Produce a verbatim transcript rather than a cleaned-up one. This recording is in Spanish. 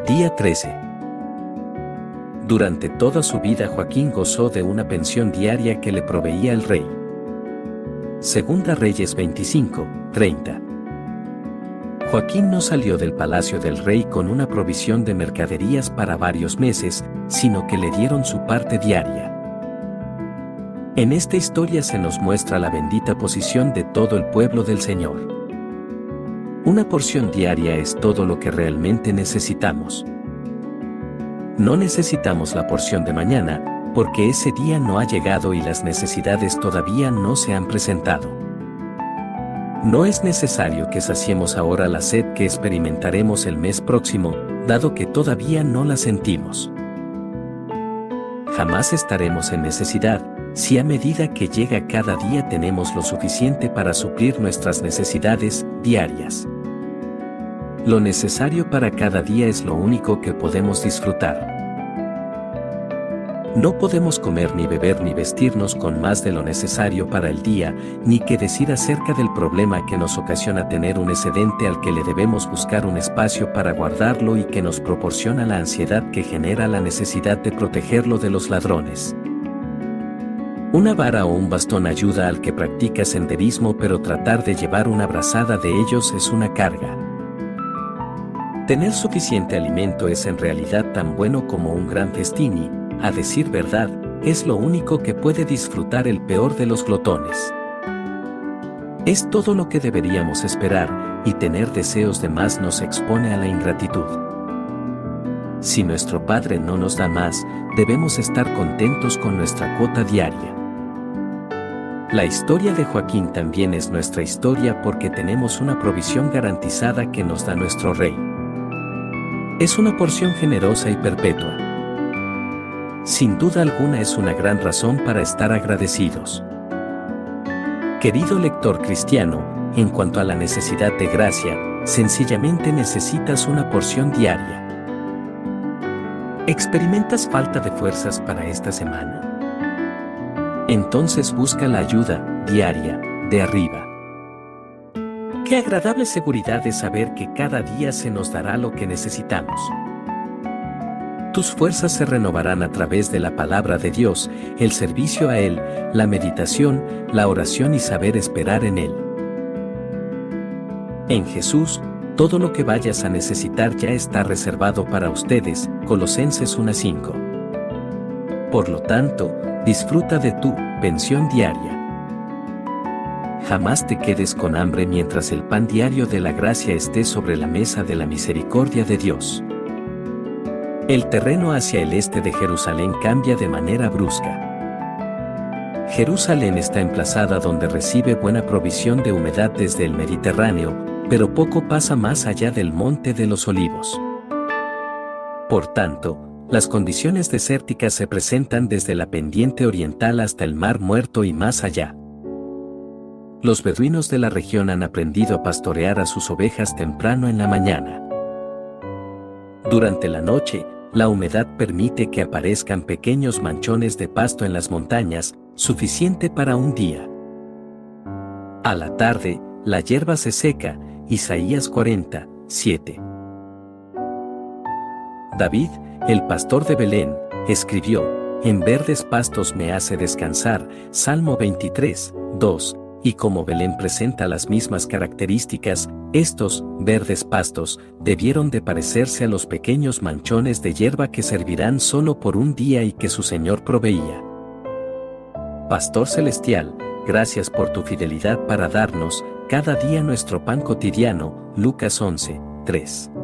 Día trece. Durante toda su vida Joaquín gozó de una pensión diaria que le proveía el rey. Segunda Reyes veinticinco, treinta. Joaquín no salió del palacio del rey con una provisión de mercaderías para varios meses, sino que le dieron su parte diaria. En esta historia se nos muestra la bendita posición de todo el pueblo del Señor. Una porción diaria es todo lo que realmente necesitamos. No necesitamos la porción de mañana, porque ese día no ha llegado y las necesidades todavía no se han presentado. No es necesario que saciemos ahora la sed que experimentaremos el mes próximo, dado que todavía no la sentimos. Jamás estaremos en necesidad, si a medida que llega cada día tenemos lo suficiente para suplir nuestras necesidades diarias. Lo necesario para cada día es lo único que podemos disfrutar. No podemos comer ni beber ni vestirnos con más de lo necesario para el día, ni qué decir acerca del problema que nos ocasiona tener un excedente al que le debemos buscar un espacio para guardarlo y que nos proporciona la ansiedad que genera la necesidad de protegerlo de los ladrones. Una vara o un bastón ayuda al que practica senderismo, pero tratar de llevar una brazada de ellos es una carga. Tener suficiente alimento es en realidad tan bueno como un gran festín y, a decir verdad, es lo único que puede disfrutar el peor de los glotones. Es todo lo que deberíamos esperar, y tener deseos de más nos expone a la ingratitud. Si nuestro Padre no nos da más, debemos estar contentos con nuestra cuota diaria. La historia de Joaquín también es nuestra historia porque tenemos una provisión garantizada que nos da nuestro Rey. Es una porción generosa y perpetua. Sin duda alguna es una gran razón para estar agradecidos. Querido lector cristiano, en cuanto a la necesidad de gracia, sencillamente necesitas una porción diaria. ¿Experimentas falta de fuerzas para esta semana? Entonces busca la ayuda diaria de arriba. Qué agradable seguridad es saber que cada día se nos dará lo que necesitamos. Tus fuerzas se renovarán a través de la palabra de Dios, el servicio a Él, la meditación, la oración y saber esperar en Él. En Jesús, todo lo que vayas a necesitar ya está reservado para ustedes, Colosenses uno cinco. Por lo tanto, disfruta de tu pensión diaria. Jamás te quedes con hambre mientras el pan diario de la gracia esté sobre la mesa de la misericordia de Dios. El terreno hacia el este de Jerusalén cambia de manera brusca. Jerusalén está emplazada donde recibe buena provisión de humedad desde el Mediterráneo, pero poco pasa más allá del Monte de los Olivos. Por tanto, las condiciones desérticas se presentan desde la pendiente oriental hasta el Mar Muerto y más allá. Los beduinos de la región han aprendido a pastorear a sus ovejas temprano en la mañana. Durante la noche, la humedad permite que aparezcan pequeños manchones de pasto en las montañas, suficiente para un día. A la tarde, la hierba se seca, Isaías cuarenta, siete. David, el pastor de Belén, escribió, en verdes pastos me hace descansar, Salmo veintitrés, dos, y como Belén presenta las mismas características, estos verdes pastos debieron de parecerse a los pequeños manchones de hierba que servirán solo por un día y que su Señor proveía. Pastor celestial, gracias por tu fidelidad para darnos, cada día nuestro pan cotidiano, Lucas once, tres.